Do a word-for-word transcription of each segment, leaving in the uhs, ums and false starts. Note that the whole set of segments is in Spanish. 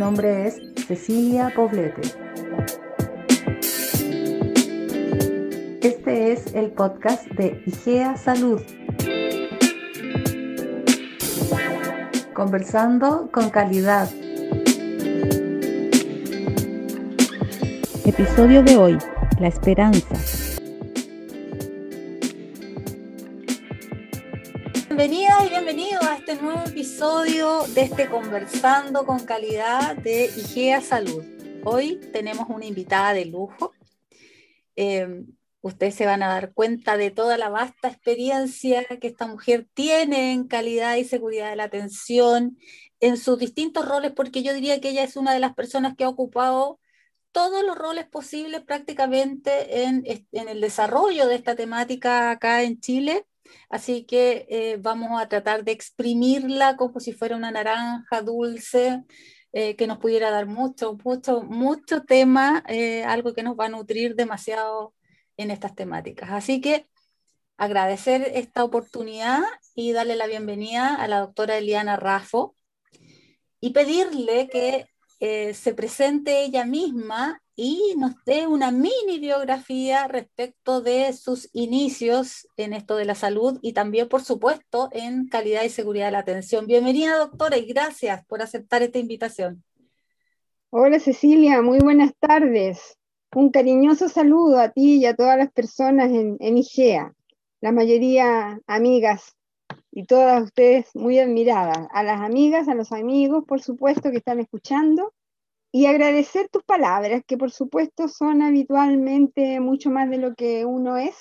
nombre es Cecilia Poblete. Este es el podcast de IGEA Salud. Conversando con calidad. Episodio de hoy, la esperanza. Bienvenidas y bienvenidos a este nuevo episodio de este Conversando con Calidad de IGEA Salud. Hoy tenemos una invitada de lujo. Eh, ustedes se van a dar cuenta de toda la vasta experiencia que esta mujer tiene en calidad y seguridad de la atención, en sus distintos roles, porque yo diría que ella es una de las personas que ha ocupado todos los roles posibles prácticamente en, en el desarrollo de esta temática acá en Chile. Así que eh, vamos a tratar de exprimirla como si fuera una naranja dulce, eh, que nos pudiera dar mucho, mucho, mucho tema, eh, algo que nos va a nutrir demasiado en estas temáticas. Así que agradecer esta oportunidad y darle la bienvenida a la doctora Eliana Raffo y pedirle que eh, se presente ella misma y nos dé una mini biografía respecto de sus inicios en esto de la salud y también, por supuesto, en calidad y seguridad de la atención. Bienvenida, doctora, y gracias por aceptar esta invitación. Hola Cecilia, muy buenas tardes. Un cariñoso saludo a ti y a todas las personas en, en IGEA, la mayoría amigas y todas ustedes muy admiradas. A las amigas, a los amigos, por supuesto, que están escuchando. Y agradecer tus palabras, que por supuesto son habitualmente mucho más de lo que uno es.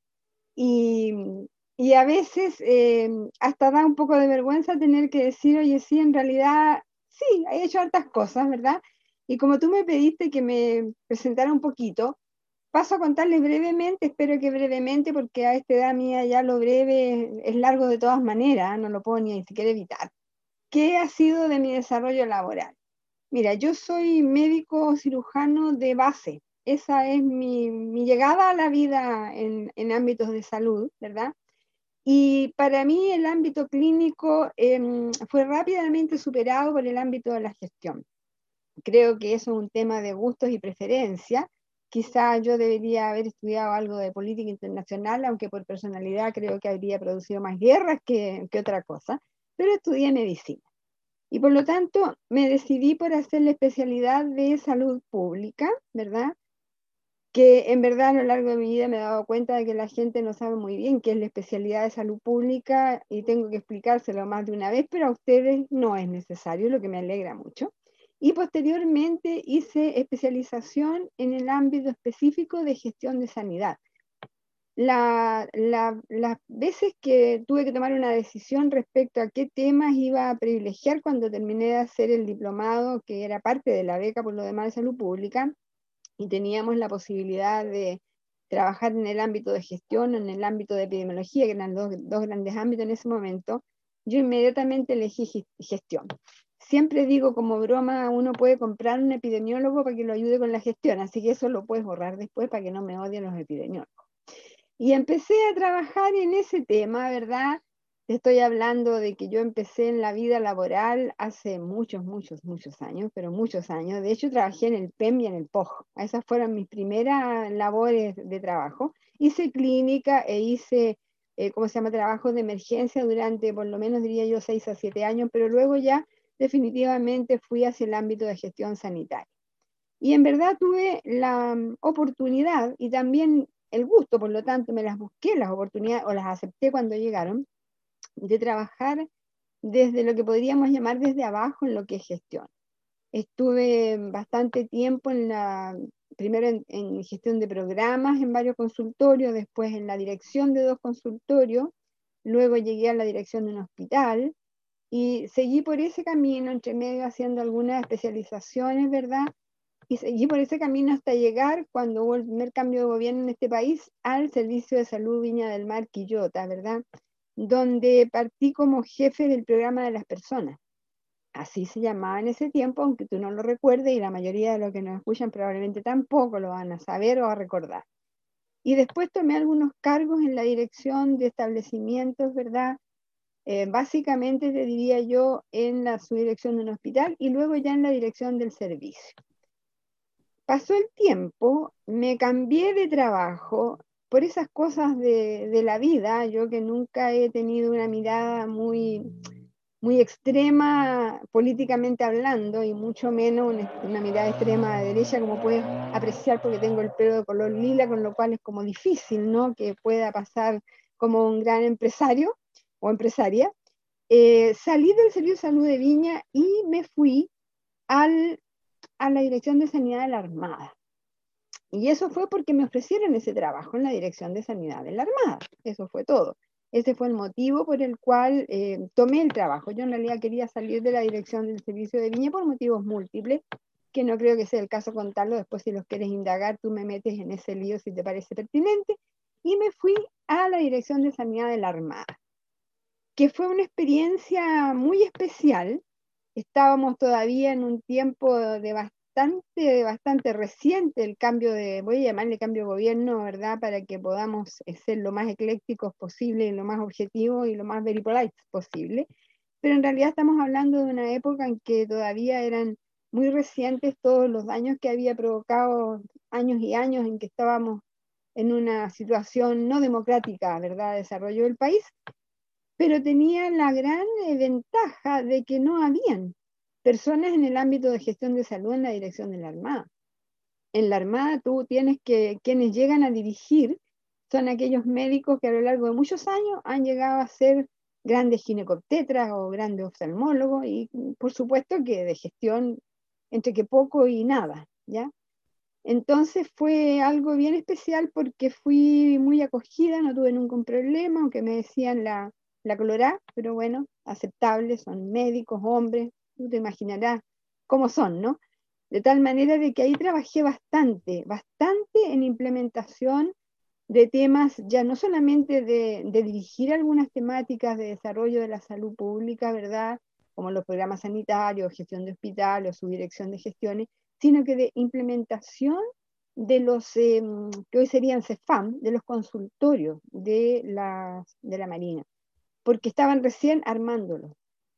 Y, y a veces eh, hasta da un poco de vergüenza tener que decir, oye, sí, en realidad, sí, he hecho hartas cosas, ¿verdad? Y como tú me pediste que me presentara un poquito, paso a contarles brevemente, espero que brevemente, porque a esta edad mía ya lo breve es largo de todas maneras, no lo puedo ni siquiera evitar. ¿Qué ha sido de mi desarrollo laboral? Mira, yo soy médico cirujano de base. Esa es mi, mi llegada a la vida en, en ámbitos de salud, ¿verdad? Y para mí el ámbito clínico eh, fue rápidamente superado por el ámbito de la gestión. Creo que eso es un tema de gustos y preferencia. Quizá yo debería haber estudiado algo de política internacional, aunque por personalidad creo que habría producido más guerras que, que otra cosa, pero estudié medicina. Y por lo tanto me decidí por hacer la especialidad de salud pública, ¿verdad? Que en verdad a lo largo de mi vida me he dado cuenta de que la gente no sabe muy bien qué es la especialidad de salud pública y tengo que explicárselo más de una vez, pero a ustedes no es necesario, lo que me alegra mucho. Y posteriormente hice especialización en el ámbito específico de gestión de sanidad. La, la, las veces que tuve que tomar una decisión respecto a qué temas iba a privilegiar cuando terminé de hacer el diplomado, que era parte de la beca por lo demás de salud pública, y teníamos la posibilidad de trabajar en el ámbito de gestión o en el ámbito de epidemiología, que eran dos, dos grandes ámbitos en ese momento, yo inmediatamente elegí gestión. Siempre digo como broma, uno puede comprar un epidemiólogo para que lo ayude con la gestión, así que eso lo puedes borrar después para que no me odien los epidemiólogos. Y empecé a trabajar en ese tema, ¿verdad? Te estoy hablando de que yo empecé en la vida laboral hace muchos, muchos, muchos años, pero muchos años. De hecho, trabajé en el P E M y en el P O J. Esas fueron mis primeras labores de trabajo. Hice clínica e hice, eh, ¿cómo se llama?, trabajo de emergencia durante, por lo menos diría yo, seis a siete años, pero luego ya definitivamente fui hacia el ámbito de gestión sanitaria. Y en verdad tuve la oportunidad y también el gusto, por lo tanto me las busqué, las oportunidades, o las acepté cuando llegaron, de trabajar desde lo que podríamos llamar desde abajo en lo que es gestión. Estuve bastante tiempo en la, primero en, en gestión de programas en varios consultorios, después en la dirección de dos consultorios, luego llegué a la dirección de un hospital y seguí por ese camino, entre medio haciendo algunas especializaciones, ¿verdad? Y seguí por ese camino hasta llegar, cuando hubo el primer cambio de gobierno en este país, al Servicio de Salud Viña del Mar Quillota, ¿verdad? Donde partí como jefe del programa de las personas. Así se llamaba en ese tiempo, aunque tú no lo recuerdes, y la mayoría de los que nos escuchan probablemente tampoco lo van a saber o a recordar. Y después tomé algunos cargos en la dirección de establecimientos, ¿verdad?, eh, básicamente te diría yo en la subdirección de un hospital y luego ya en la dirección del servicio. Pasó el tiempo, me cambié de trabajo por esas cosas de, de la vida, yo que nunca he tenido una mirada muy, muy extrema políticamente hablando y mucho menos una, una mirada extrema de derecha, como puedes apreciar porque tengo el pelo de color lila, con lo cual es como difícil, ¿no?, que pueda pasar como un gran empresario o empresaria. Eh, salí del Servicio de Salud de Viña y me fui al, a la Dirección de Sanidad de la Armada. Y eso fue porque me ofrecieron ese trabajo en la Dirección de Sanidad de la Armada. Eso fue todo. Ese fue el motivo por el cual eh, tomé el trabajo. Yo en realidad quería salir de la Dirección del Servicio de Viña por motivos múltiples, que no creo que sea el caso contarlo. Después, si los quieres indagar, tú me metes en ese lío si te parece pertinente. Y me fui a la Dirección de Sanidad de la Armada, que fue una experiencia muy especial. Estábamos todavía en un tiempo de bastante, bastante reciente el cambio de, voy a llamarle cambio de gobierno, ¿verdad?, para que podamos ser lo más eclécticos posible, y lo más objetivos y lo más very polite posible. Pero en realidad estamos hablando de una época en que todavía eran muy recientes todos los daños que había provocado, años y años en que estábamos en una situación no democrática, ¿verdad?, de desarrollo del país. Pero tenía la gran eh, ventaja de que no habían personas en el ámbito de gestión de salud en la dirección de la Armada. En la Armada tú tienes que, quienes llegan a dirigir son aquellos médicos que a lo largo de muchos años han llegado a ser grandes ginecobstetras o grandes oftalmólogos, y por supuesto que de gestión entre que poco y nada, ¿ya? Entonces fue algo bien especial porque fui muy acogida, no tuve nunca un problema, aunque me decían la la colorá, pero bueno, aceptable, son médicos, hombres, tú te imaginarás cómo son, ¿no? De tal manera de que ahí trabajé bastante, bastante en implementación de temas, ya no solamente de, de dirigir algunas temáticas de desarrollo de la salud pública, ¿verdad?, como los programas sanitarios, gestión de hospitales, subdirección de gestiones, sino que de implementación de los, eh, que hoy serían CEFAM, de los consultorios de la, de la Marina, porque estaban recién armándolo,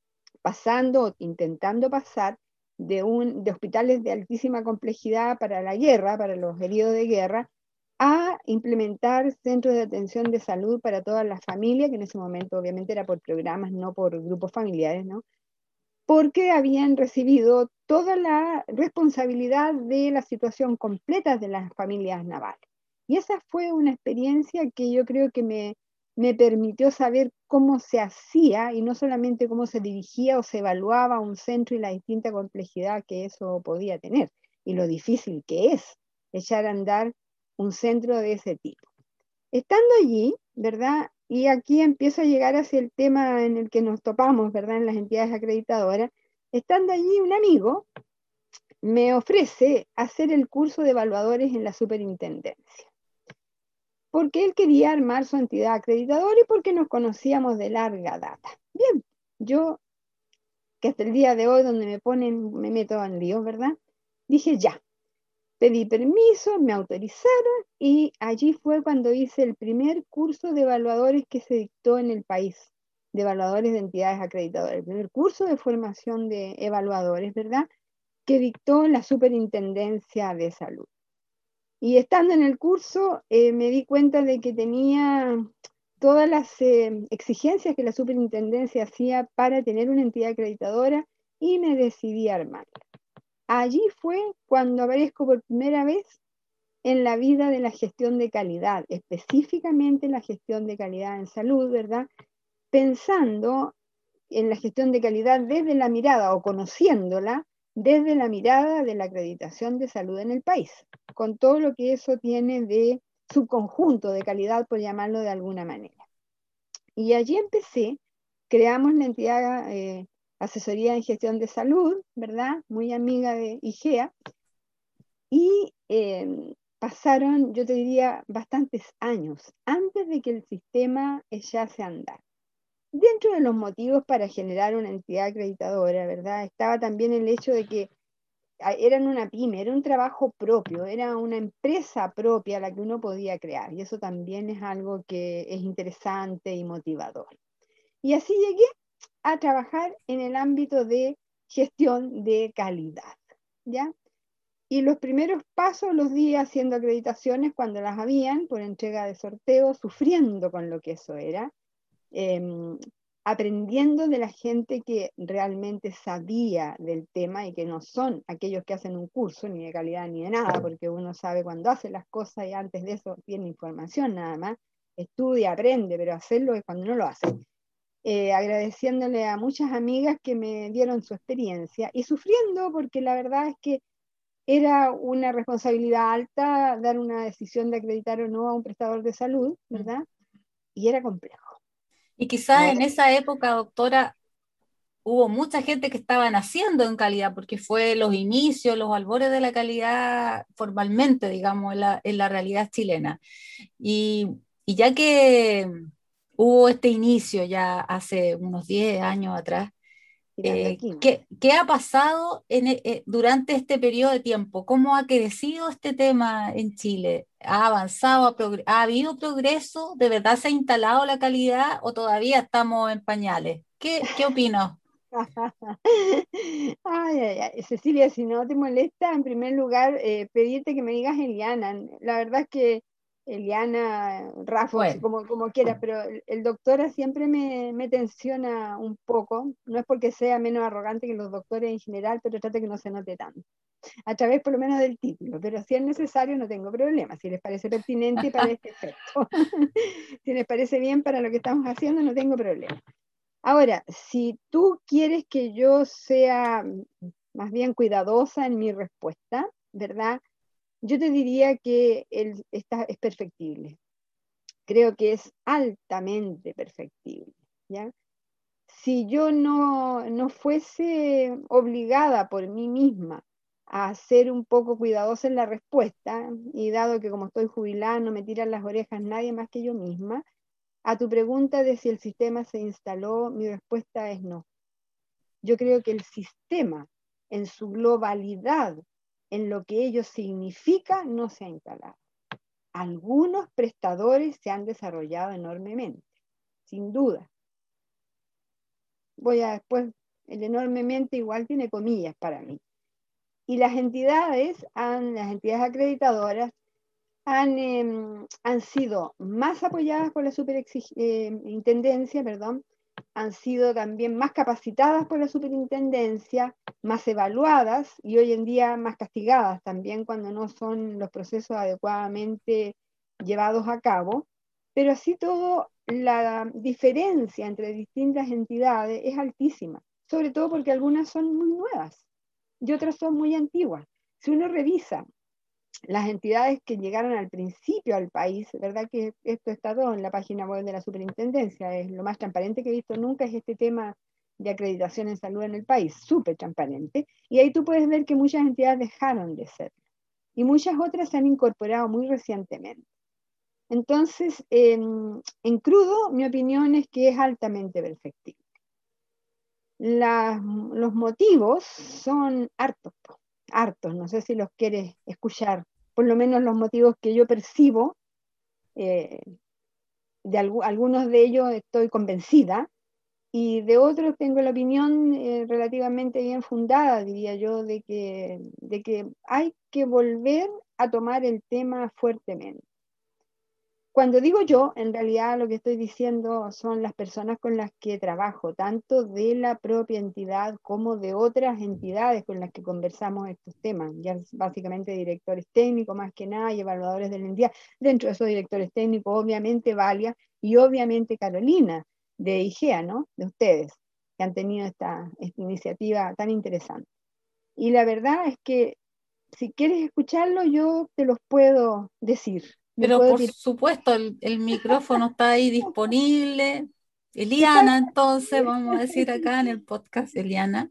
pasando, intentando pasar de, un, de hospitales de altísima complejidad para la guerra, para los heridos de guerra, a implementar centros de atención de salud para todas las familias, que en ese momento obviamente era por programas, no por grupos familiares, ¿no?, porque habían recibido toda la responsabilidad de la situación completa de las familias navales. Y esa fue una experiencia que yo creo que me me permitió saber cómo se hacía y no solamente cómo se dirigía o se evaluaba un centro y la distinta complejidad que eso podía tener y lo difícil que es echar a andar un centro de ese tipo. Estando allí, ¿verdad? Y aquí empiezo a llegar hacia el tema en el que nos topamos, ¿verdad?, en las entidades acreditadoras. Estando allí, un amigo me ofrece hacer el curso de evaluadores en la superintendencia, porque él quería armar su entidad acreditadora y porque nos conocíamos de larga data. Bien, yo, que hasta el día de hoy donde me ponen, me meto en líos, ¿verdad?, dije ya, pedí permiso, me autorizaron y allí fue cuando hice el primer curso de evaluadores que se dictó en el país, de evaluadores de entidades acreditadoras, el primer curso de formación de evaluadores, ¿verdad?, que dictó la Superintendencia de Salud. Y estando en el curso eh, me di cuenta de que tenía todas las eh, exigencias que la superintendencia hacía para tener una entidad acreditadora y me decidí a armarla. Allí fue cuando aparezco por primera vez en la vida de la gestión de calidad, específicamente la gestión de calidad en salud, ¿verdad?, pensando en la gestión de calidad desde la mirada o conociéndola desde la mirada de la acreditación de salud en el país, con todo lo que eso tiene de subconjunto de calidad, por llamarlo de alguna manera. Y allí empecé, creamos la entidad eh, Asesoría en Gestión de Salud, ¿verdad?, muy amiga de IGEA, y eh, pasaron, yo te diría, bastantes años antes de que el sistema echase a andar. Dentro de los motivos para generar una entidad acreditadora, ¿verdad?, estaba también el hecho de que eran una pyme, era un trabajo propio, era una empresa propia la que uno podía crear, y eso también es algo que es interesante y motivador. Y así llegué a trabajar en el ámbito de gestión de calidad, ¿ya? Y los primeros pasos los di haciendo acreditaciones cuando las habían, por entrega de sorteo, sufriendo con lo que eso era, eh, aprendiendo de la gente que realmente sabía del tema y que no son aquellos que hacen un curso, ni de calidad ni de nada, porque uno sabe cuando hace las cosas y antes de eso tiene información nada más, estudia, aprende, pero hacerlo es cuando no lo hace. Eh, agradeciéndole a muchas amigas que me dieron su experiencia y sufriendo porque la verdad es que era una responsabilidad alta dar una decisión de acreditar o no a un prestador de salud, ¿verdad? Y era complejo. Y quizás Ahora, en esa época, doctora, hubo mucha gente que estaba naciendo en calidad, porque fue los inicios, los albores de la calidad formalmente, digamos, en la, en la realidad chilena. Y, y ya que hubo este inicio ya hace unos diez años atrás, tirando eh, aquí. ¿qué, qué ha pasado en, eh, durante este periodo de tiempo? ¿Cómo ha crecido este tema en Chile? ¿Ha avanzado? ¿Ha, progr- ¿ha habido progreso? ¿De verdad se ha instalado la calidad o todavía estamos en pañales? ¿Qué, qué opinas? Ay, ay, ay. Cecilia, si no te molesta, en primer lugar, eh, pedirte que me digas Eliana. La verdad es que Eliana, Rafox, Bueno, como, como quieras, pero el, el doctora siempre me, me tensiona un poco. No es porque sea menos arrogante que los doctores en general, pero trate que no se note tanto. A través por lo menos del título, pero si es necesario no tengo problema. Si les parece pertinente para este efecto, si les parece bien para lo que estamos haciendo, no tengo problema. Ahora, si tú quieres que yo sea más bien cuidadosa en mi respuesta, ¿verdad? Yo te diría que el, esta es perfectible. Creo que es altamente perfectible, ¿ya? Si yo no, no fuese obligada por mí misma a ser un poco cuidadosa en la respuesta, y dado que como estoy jubilada no me tiran las orejas nadie más que yo misma, a tu pregunta de si el sistema se instaló, mi respuesta es no. Yo creo que el sistema en su globalidad, en lo que ello significa, no se ha instalado. Algunos prestadores se han desarrollado enormemente, sin duda. Voy a después, el enormemente igual tiene comillas para mí. Y las entidades, han, las entidades acreditadoras han, eh, han sido más apoyadas por la superintendencia, eh, perdón, han sido también más capacitadas por la superintendencia, más evaluadas y hoy en día más castigadas también cuando no son los procesos adecuadamente llevados a cabo. Pero así todo, la diferencia entre distintas entidades es altísima, sobre todo porque algunas son muy nuevas y otras son muy antiguas. Si uno revisa las entidades que llegaron al principio al país, ¿verdad? Que esto está todo en la página web de la superintendencia, es lo más transparente que he visto nunca, es este tema de acreditación en salud en el país, súper transparente, y ahí tú puedes ver que muchas entidades dejaron de ser, y muchas otras se han incorporado muy recientemente. Entonces, eh, en crudo, mi opinión es que es altamente perfectible. La, los motivos son hartos, hartos, no sé si los quieres escuchar, por lo menos los motivos que yo percibo, eh, de al, algunos de ellos estoy convencida, y de otros tengo la opinión eh, relativamente bien fundada, diría yo, de que, de que hay que volver a tomar el tema fuertemente. Cuando digo yo, en realidad lo que estoy diciendo son las personas con las que trabajo, tanto de la propia entidad como de otras entidades con las que conversamos estos temas, ya básicamente directores técnicos más que nada y evaluadores de la entidad. Dentro de esos directores técnicos, obviamente Valia y obviamente Carolina de IGEA, ¿no? De ustedes, que han tenido esta, esta iniciativa tan interesante. Y la verdad es que si quieres escucharlo, yo te los puedo decir. Me pero puedo por tirar. supuesto el, el micrófono está ahí disponible. Está, Eliana, entonces vamos a decir acá en el podcast, Eliana,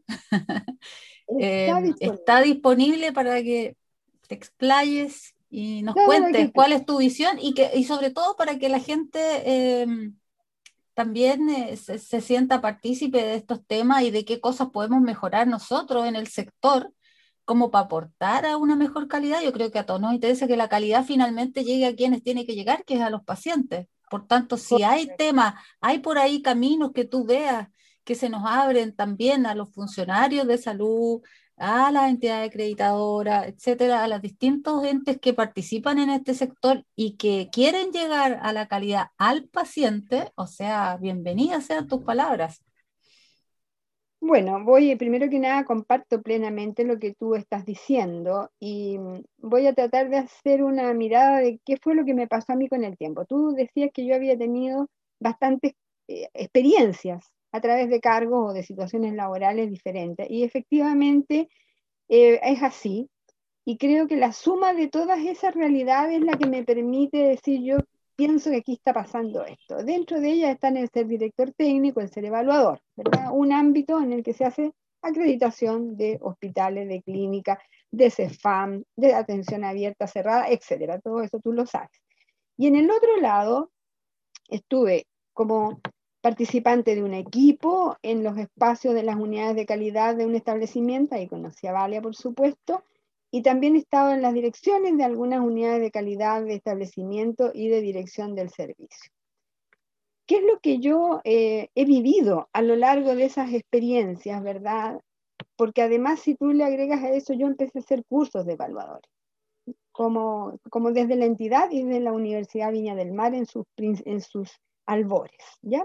eh, está está disponible. disponible para que te explayes y nos Todo lo que cuentes cuál quieras. es tu visión y, que, y sobre todo para que la gente eh, también eh, se, se sienta partícipe de estos temas y de qué cosas podemos mejorar nosotros en el sector como para aportar a una mejor calidad. Yo creo que a todos nos interesa que la calidad finalmente llegue a quienes tiene que llegar, que es a los pacientes. Por tanto, si hay temas, hay por ahí caminos que tú veas que se nos abren también a los funcionarios de salud, a las entidades acreditadoras, etcétera, a los distintos entes que participan en este sector y que quieren llegar a la calidad al paciente, o sea, bienvenidas sean tus palabras. Bueno, voy, primero que nada, comparto plenamente lo que tú estás diciendo y voy a tratar de hacer una mirada de qué fue lo que me pasó a mí con el tiempo. Tú decías que yo había tenido bastantes eh, experiencias a través de cargos o de situaciones laborales diferentes y efectivamente eh, es así. Y creo que la suma de todas esas realidades es la que me permite decir, yo pienso que aquí está pasando esto. Dentro de ella están el ser director técnico, el ser evaluador, ¿verdad? Un ámbito en el que se hace acreditación de hospitales, de clínicas, de CEFAM, de atención abierta, cerrada, etcétera. Todo eso tú lo sabes. Y en el otro lado estuve como participante de un equipo en los espacios de las unidades de calidad de un establecimiento, ahí conocí a Valia, por supuesto, y también he estado en las direcciones de algunas unidades de calidad de establecimiento y de dirección del servicio. ¿Qué es lo que yo eh, he vivido a lo largo de esas experiencias, verdad? Porque además, si tú le agregas a eso, yo empecé a hacer cursos de evaluadores, como, como desde la entidad y desde la Universidad Viña del Mar en sus, en sus albores, ¿ya?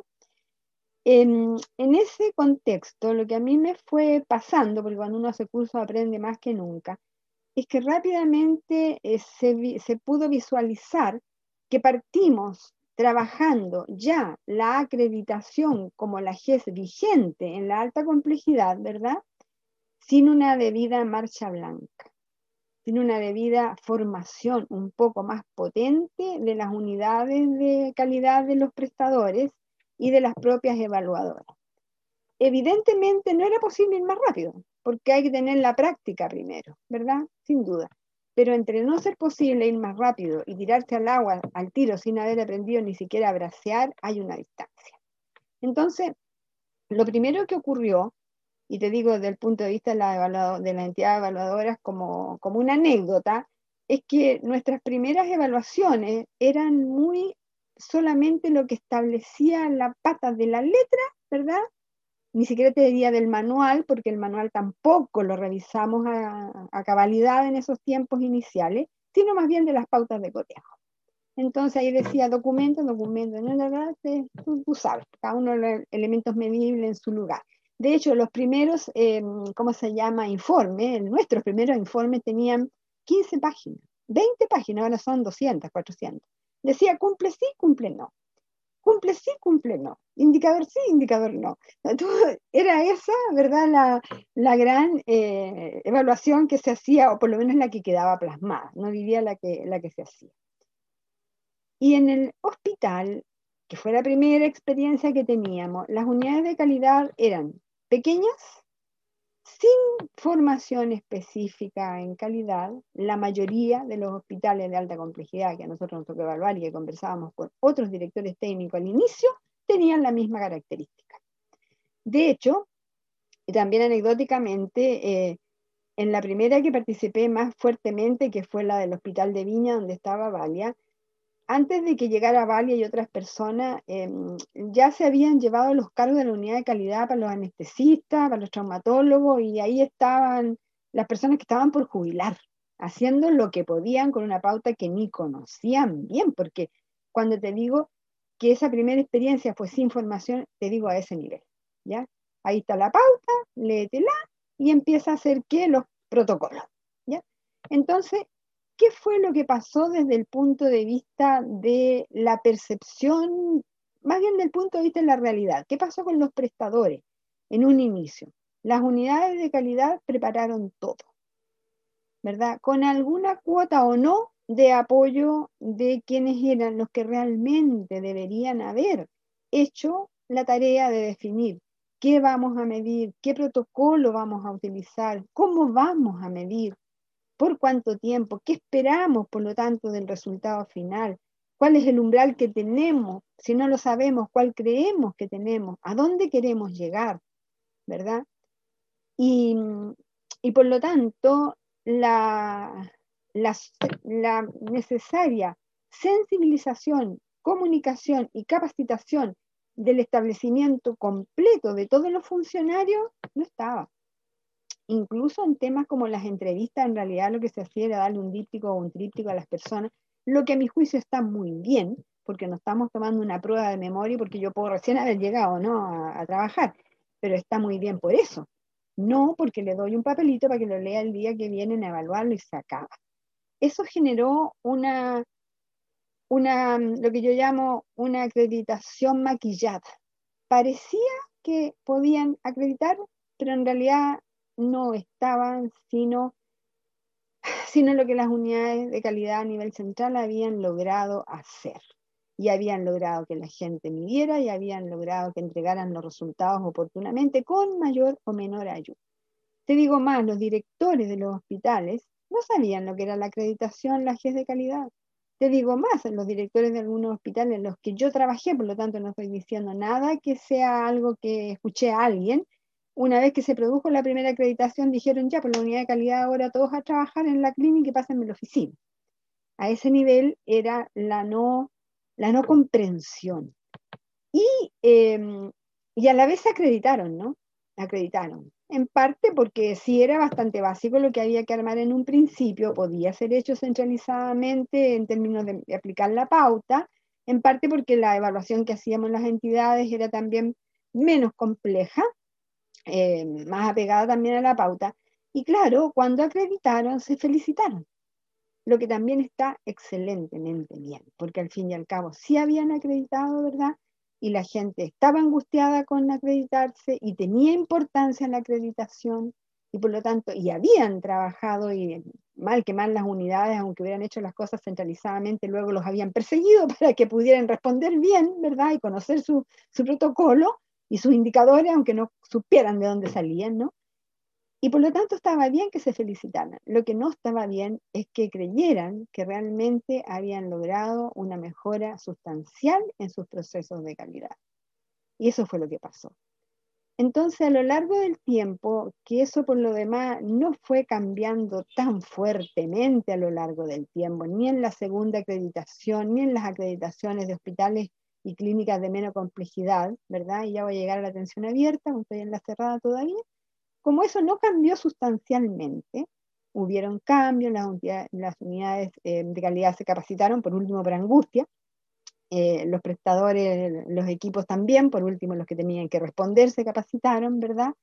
En, en ese contexto, lo que a mí me fue pasando, porque cuando uno hace curso aprende más que nunca, es que rápidamente eh, se, se pudo visualizar que partimos trabajando ya la acreditación como la G E S vigente en la alta complejidad, ¿verdad? Sin una debida marcha blanca, sin una debida formación un poco más potente de las unidades de calidad de los prestadores y de las propias evaluadoras. Evidentemente no era posible ir más rápido, porque hay que tener la práctica primero, ¿verdad? Sin duda. Pero entre no ser posible ir más rápido y tirarse al agua al tiro sin haber aprendido ni siquiera a bracear, hay una distancia. Entonces, lo primero que ocurrió, y te digo desde el punto de vista de la, de la entidad evaluadora como, como una anécdota, es que nuestras primeras evaluaciones eran muy solamente lo que establecía la pata de la letra, ¿verdad? Ni siquiera te diría del manual, porque el manual tampoco lo revisamos a, a cabalidad en esos tiempos iniciales, sino más bien de las pautas de cotejo. Entonces ahí decía documento, documento, no, no, no, tú, tú sabes, cada uno de los elementos medibles en su lugar. De hecho, los primeros, eh, ¿cómo se llama? Informes, nuestros primeros informes tenían quince páginas, veinte páginas, ahora son doscientas, cuatrocientas. Decía cumple sí, cumple no. Cumple sí, cumple no. Indicador sí, indicador no. Entonces, era esa, ¿verdad? La, la gran eh, evaluación que se hacía, o por lo menos la que quedaba plasmada, no diría la que, la que se hacía. Y en el hospital, que fue la primera experiencia que teníamos, las unidades de calidad eran pequeñas, sin formación específica en calidad. La mayoría de los hospitales de alta complejidad que a nosotros nos tocó evaluar y que conversábamos con otros directores técnicos al inicio, tenían la misma característica. De hecho, y también anecdóticamente, eh, en la primera que participé más fuertemente, que fue la del Hospital de Viña, donde estaba Valia, antes de que llegara Valia y otras personas, eh, ya se habían llevado los cargos de la unidad de calidad para los anestesistas, para los traumatólogos, y ahí estaban las personas que estaban por jubilar, haciendo lo que podían con una pauta que ni conocían bien, porque cuando te digo que esa primera experiencia fue sin formación, te digo a ese nivel, ¿ya? Ahí está la pauta, léetela y empieza a hacer ¿qué? Los protocolos, ¿ya? Entonces, ¿qué fue lo que pasó desde el punto de vista de la percepción, más bien del punto de vista de la realidad? ¿Qué pasó con los prestadores en un inicio? Las unidades de calidad prepararon todo, ¿verdad? Con alguna cuota o no de apoyo de quienes eran los que realmente deberían haber hecho la tarea de definir qué vamos a medir, qué protocolo vamos a utilizar, cómo vamos a medir, por cuánto tiempo, qué esperamos, por lo tanto, del resultado final, cuál es el umbral que tenemos, si no lo sabemos, cuál creemos que tenemos, a dónde queremos llegar, ¿verdad? Y, y por lo tanto, la, la, la necesaria sensibilización comunicación y capacitación del establecimiento completo de todos los funcionarios, no estaba. Incluso en temas como las entrevistas, en realidad lo que se hacía era darle un díptico o un tríptico a las personas, lo que a mi juicio está muy bien, porque no estamos tomando una prueba de memoria, porque yo puedo recién haber llegado, ¿no?, a, a trabajar, pero está muy bien por eso. No porque le doy un papelito para que lo lea el día que vienen a evaluarlo y se acaba. Eso generó una, una, lo que yo llamo una acreditación maquillada. Parecía que podían acreditar, pero en realidad no estaban, sino, sino lo que las unidades de calidad a nivel central habían logrado hacer. Y habían logrado que la gente midiera y habían logrado que entregaran los resultados oportunamente con mayor o menor ayuda. Te digo más, los directores de los hospitales no sabían lo que era la acreditación, la G E S de calidad. Te digo más, los directores de algunos hospitales en los que yo trabajé, por lo tanto no estoy diciendo nada que sea algo que escuché a alguien, una vez que se produjo la primera acreditación dijeron ya, por la unidad de calidad ahora todos a trabajar en la clínica y pásenme la oficina. A ese nivel era la no, la no comprensión. Y, eh, y a la vez acreditaron, ¿no? Acreditaron. En parte porque sí era bastante básico lo que había que armar en un principio, podía ser hecho centralizadamente en términos de, de aplicar la pauta, en parte porque la evaluación que hacíamos las entidades era también menos compleja, eh, más apegada también a la pauta. Y claro, cuando acreditaron se felicitaron, lo que también está excelentemente bien, porque al fin y al cabo sí habían acreditado, ¿verdad? Y la gente estaba angustiada con acreditarse y tenía importancia la acreditación y por lo tanto, y habían trabajado y mal que mal las unidades, aunque hubieran hecho las cosas centralizadamente, luego los habían perseguido para que pudieran responder bien, ¿verdad? Y conocer su, su protocolo y sus indicadores, aunque no supieran de dónde salían, ¿no? Y por lo tanto estaba bien que se felicitaran. Lo que no estaba bien es que creyeran que realmente habían logrado una mejora sustancial en sus procesos de calidad. Y eso fue lo que pasó. Entonces, a lo largo del tiempo, que eso por lo demás no fue cambiando tan fuertemente a lo largo del tiempo, ni en la segunda acreditación, ni en las acreditaciones de hospitales y clínicas de menos complejidad, ¿verdad? Y ya voy a llegar a la atención abierta, no estoy en la cerrada todavía. Como eso no cambió sustancialmente, hubieron cambios, las unidades, las unidades eh, de calidad se capacitaron, por último por angustia, eh, los prestadores, los equipos también, por último los que tenían que responder se capacitaron, ¿verdad?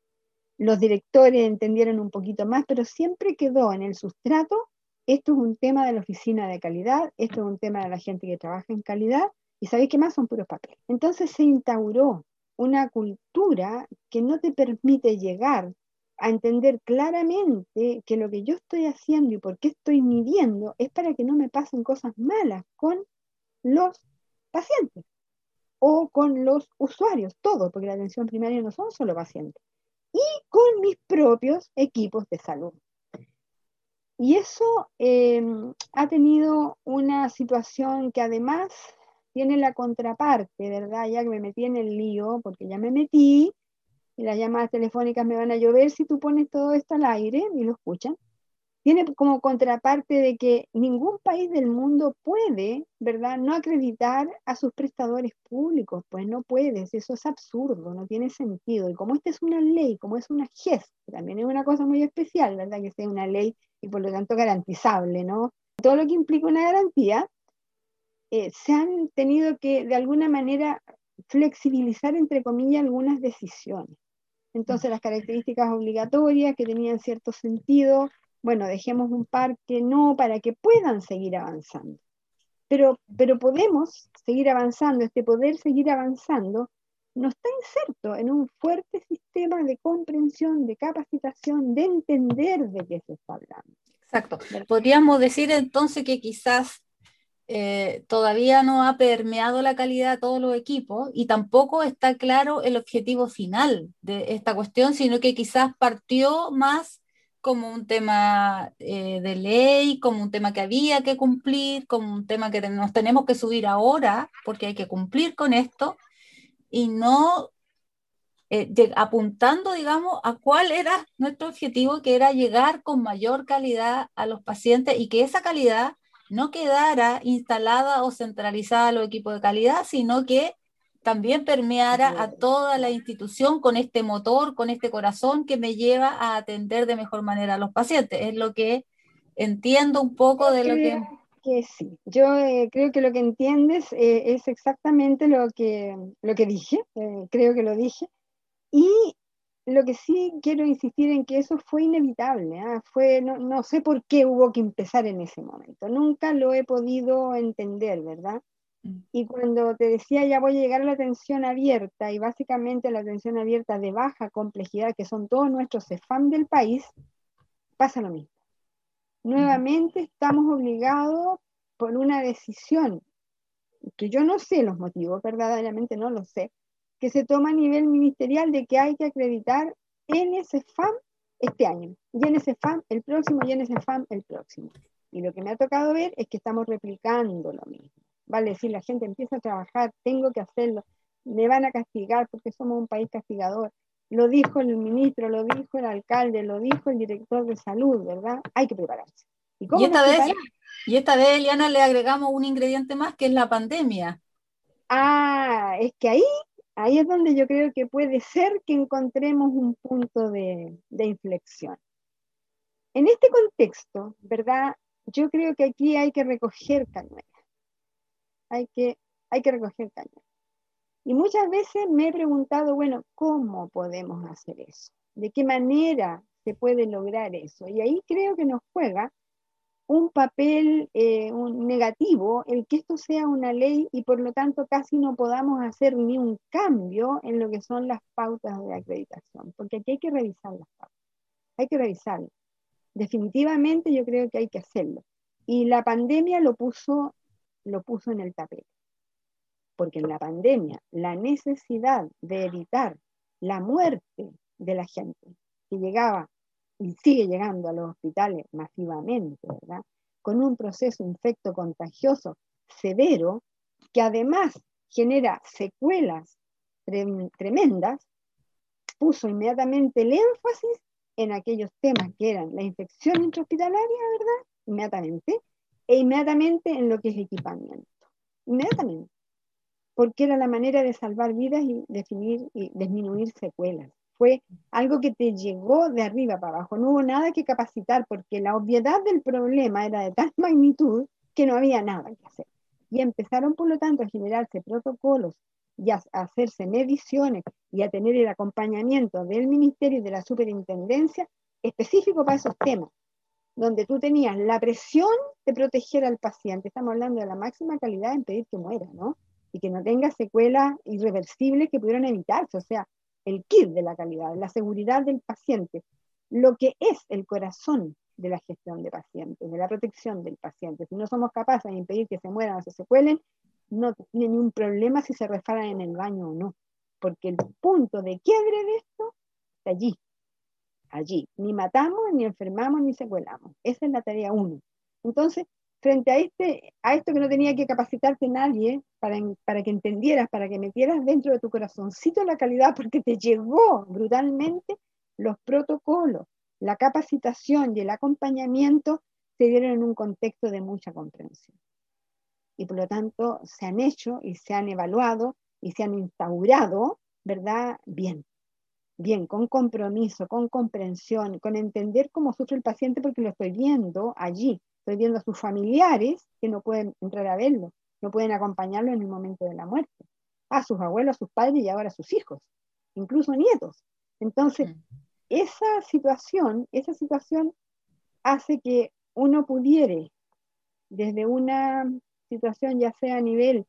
Los directores entendieron un poquito más, pero siempre quedó en el sustrato, esto es un tema de la oficina de calidad, esto es un tema de la gente que trabaja en calidad, y ¿sabéis qué más? Son puros papeles. Entonces se instauró una cultura que no te permite llegar a entender claramente que lo que yo estoy haciendo y por qué estoy midiendo es para que no me pasen cosas malas con los pacientes o con los usuarios, todos, porque la atención primaria no son solo pacientes, y con mis propios equipos de salud. Y eso eh, ha tenido una situación que además tiene la contraparte, ¿verdad? Ya que me metí en el lío, porque ya me metí, y las llamadas telefónicas me van a llover si tú pones todo esto al aire y lo escuchan. Tiene como contraparte de que ningún país del mundo puede, ¿verdad?, no acreditar a sus prestadores públicos, pues no puedes, eso es absurdo, no tiene sentido. Y como esta es una ley, como es una G E S, que también es una cosa muy especial, ¿verdad?, que sea una ley y por lo tanto garantizable, ¿no? Todo lo que implica una garantía, eh, se han tenido que de alguna manera flexibilizar, entre comillas, algunas decisiones. Entonces las características obligatorias que tenían cierto sentido, bueno, dejemos un par que no, para que puedan seguir avanzando. Pero, pero podemos seguir avanzando, este poder seguir avanzando no está inserto en un fuerte sistema de comprensión, de capacitación, de entender de qué se está hablando. Exacto. Podríamos decir entonces que quizás eh, todavía no ha permeado la calidad a todos los equipos y tampoco está claro el objetivo final de esta cuestión, sino que quizás partió más como un tema eh, de ley, como un tema que había que cumplir, como un tema que nos tenemos que subir ahora porque hay que cumplir con esto y no eh, de, apuntando, digamos, a cuál era nuestro objetivo, que era llegar con mayor calidad a los pacientes y que esa calidad no quedara instalada o centralizada a los equipos de calidad, sino que también permeara a toda la institución con este motor, con este corazón que me lleva a atender de mejor manera a los pacientes. Es lo que entiendo un poco de lo que... Que sí, yo eh, creo que lo que entiendes eh, es exactamente lo que, lo que dije, eh, creo que lo dije, y lo que sí quiero insistir en que eso fue inevitable, ¿ah? Fue, no, no sé por qué hubo que empezar en ese momento, nunca lo he podido entender, ¿verdad? Y cuando te decía ya voy a llegar a la atención abierta, y básicamente la atención abierta de baja complejidad, que son todos nuestros CEFAM del país, pasa lo mismo. Nuevamente estamos obligados por una decisión, que yo no sé los motivos, verdaderamente no lo sé, que se toma a nivel ministerial de que hay que acreditar N CEFAM este año, y N CEFAM el próximo, y N CEFAM el próximo. Y lo que me ha tocado ver es que estamos replicando lo mismo. Vale decir, la gente empieza a trabajar, tengo que hacerlo, me van a castigar porque somos un país castigador. Lo dijo el ministro, lo dijo el alcalde, lo dijo el director de salud, ¿verdad? Hay que prepararse. ¿Y cómo Y nos esta vez, preparamos? y esta vez, Eliana, le agregamos un ingrediente más, que es la pandemia. Ah, es que ahí, ahí es donde yo creo que puede ser que encontremos un punto de, de inflexión. En este contexto, ¿verdad? Yo creo que aquí hay que recoger cañuelas. Hay que, hay que recoger cañuelas. Y muchas veces me he preguntado, bueno, ¿cómo podemos hacer eso? ¿De qué manera se puede lograr eso? Y ahí creo que nos juega un papel eh, un negativo el que esto sea una ley y por lo tanto casi no podamos hacer ni un cambio en lo que son las pautas de acreditación, porque aquí hay que revisar las pautas, hay que revisarlas. Definitivamente yo creo que hay que hacerlo. Y la pandemia lo puso, lo puso en el tapete, porque en la pandemia la necesidad de evitar la muerte de la gente que llegaba y sigue llegando a los hospitales masivamente, ¿verdad? Con un proceso infecto contagioso severo, que además genera secuelas trem tremendas, puso inmediatamente el énfasis en aquellos temas que eran la infección intrahospitalaria, ¿verdad? Inmediatamente, e inmediatamente en lo que es equipamiento. Inmediatamente. Porque era la manera de salvar vidas y definir y disminuir secuelas. Fue algo que te llegó de arriba para abajo, no hubo nada que capacitar, porque la obviedad del problema era de tal magnitud que no había nada que hacer. Y empezaron, por lo tanto, a generarse protocolos y a, a hacerse mediciones y a tener el acompañamiento del Ministerio y de la Superintendencia específico para esos temas, donde tú tenías la presión de proteger al paciente. Estamos hablando de la máxima calidad en pedir que muera, ¿no? Y que no tenga secuelas irreversibles que pudieran evitarse, o sea, el kit de la calidad, la seguridad del paciente, lo que es el corazón de la gestión de pacientes, de la protección del paciente. Si no somos capaces de impedir que se mueran o se secuelen, no tiene ningún problema si se resbalan en el baño o no, porque el punto de quiebre de esto está allí, allí. Ni matamos, ni enfermamos, ni secuelamos. Esa es la tarea uno. Entonces, frente a, este, a esto que no tenía que capacitarte nadie para, para que entendieras, para que metieras dentro de tu corazoncito la calidad, porque te llegó brutalmente, los protocolos, la capacitación y el acompañamiento se dieron en un contexto de mucha comprensión. Y por lo tanto se han hecho y se han evaluado y se han instaurado, ¿verdad? Bien. Bien, con compromiso, con comprensión, con entender cómo sufre el paciente, porque lo estoy viendo allí. Estoy viendo a sus familiares que no pueden entrar a verlo, no pueden acompañarlo en el momento de la muerte. A sus abuelos, a sus padres y ahora a sus hijos, incluso nietos. Entonces, mm. esa situación, esa situación hace que uno pudiere, desde una situación ya sea a nivel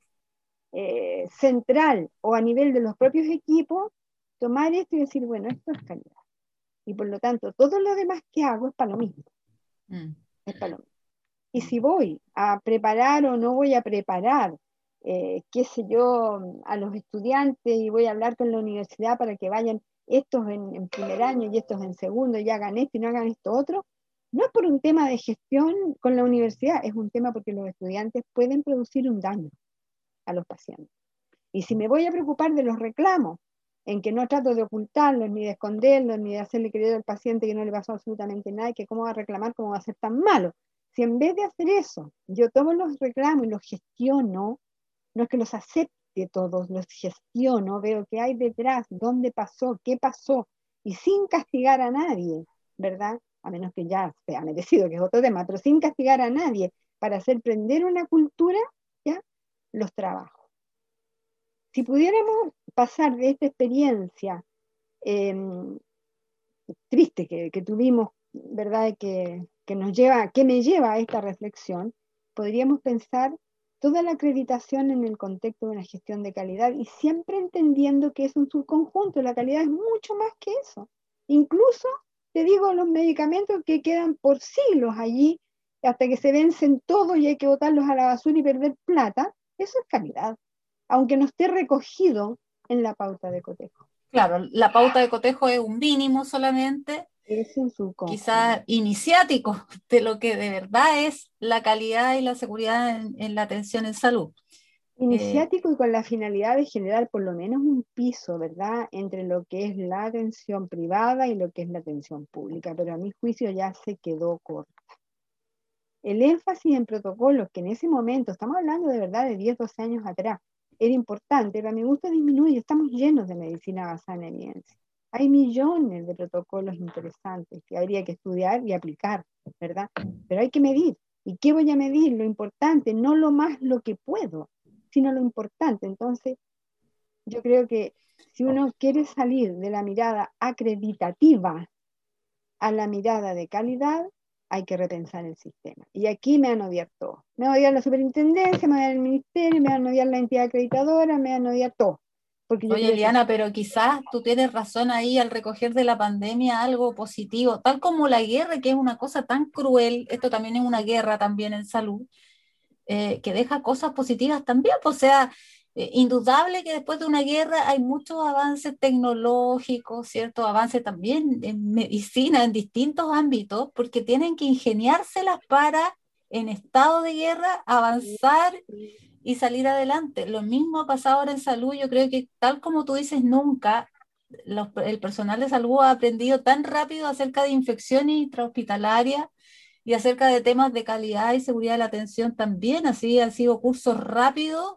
eh, central o a nivel de los propios equipos, tomar esto y decir, bueno, esto es calidad. Y por lo tanto, todo lo demás que hago es para lo mismo. Mm. Es para lo mismo. Y si voy a preparar o no voy a preparar, eh, qué sé yo, a los estudiantes y voy a hablar con la universidad para que vayan estos en, en primer año y estos en segundo y hagan esto y no hagan esto otro, no es por un tema de gestión con la universidad, es un tema porque los estudiantes pueden producir un daño a los pacientes. Y si me voy a preocupar de los reclamos, en que no trato de ocultarlos, ni de esconderlos, ni de hacerle creer al paciente que no le pasó absolutamente nada, y que cómo va a reclamar, cómo va a ser tan malo, Si en vez de hacer eso, yo tomo los reclamos y los gestiono, no es que los acepte todos, los gestiono, veo qué hay detrás, dónde pasó, qué pasó, y sin castigar a nadie, ¿verdad? A menos que ya sea merecido, que es otro tema, pero sin castigar a nadie, para hacer prender una cultura, ¿ya? Los trabajo. Si pudiéramos pasar de esta experiencia eh, triste que, que tuvimos, ¿verdad? Que, que nos lleva, que me lleva a esta reflexión, podríamos pensar toda la acreditación en el contexto de una gestión de calidad y siempre entendiendo que es un subconjunto, la calidad es mucho más que eso. Incluso, te digo, los medicamentos que quedan por siglos allí, hasta que se vencen todos y hay que botarlos a la basura y perder plata, eso es calidad, aunque no esté recogido en la pauta de cotejo. Claro, la pauta de cotejo es un mínimo solamente, es un subconjunto, quizás iniciático de lo que de verdad es la calidad y la seguridad en, en la atención en salud. Iniciático eh, y con la finalidad de generar por lo menos un piso, ¿verdad?, entre lo que es la atención privada y lo que es la atención pública, pero a mi juicio ya se quedó corta. El énfasis en protocolos, que en ese momento, estamos hablando de verdad de diez, doce años atrás, era importante, pero a mi gusto disminuye, estamos llenos de medicina basada en evidencia. Hay millones de protocolos interesantes que habría que estudiar y aplicar, ¿verdad? Pero hay que medir. ¿Y qué voy a medir? Lo importante, no lo más lo que puedo, sino lo importante. Entonces, yo creo que si uno quiere salir de la mirada acreditativa a la mirada de calidad, hay que repensar el sistema. Y aquí me van a odiar todo. Me van a odiar la superintendencia, me van a odiar el ministerio, me van a odiar la entidad acreditadora, me van a odiar todo. Porque yo Oye, Liana, que... pero quizás tú tienes razón ahí al recoger de la pandemia algo positivo, tal como la guerra, que es una cosa tan cruel, esto también es una guerra también en salud, eh, que deja cosas positivas también, pues, o sea, eh, indudable que después de una guerra hay muchos avances tecnológicos, ¿cierto? Avances también en medicina, en distintos ámbitos, porque tienen que ingeniárselas para, en estado de guerra, avanzar y salir adelante. Lo mismo ha pasado ahora en salud, yo creo que tal como tú dices, nunca los, el personal de salud ha aprendido tan rápido acerca de infecciones intrahospitalarias y acerca de temas de calidad y seguridad de la atención también, así han sido cursos rápidos.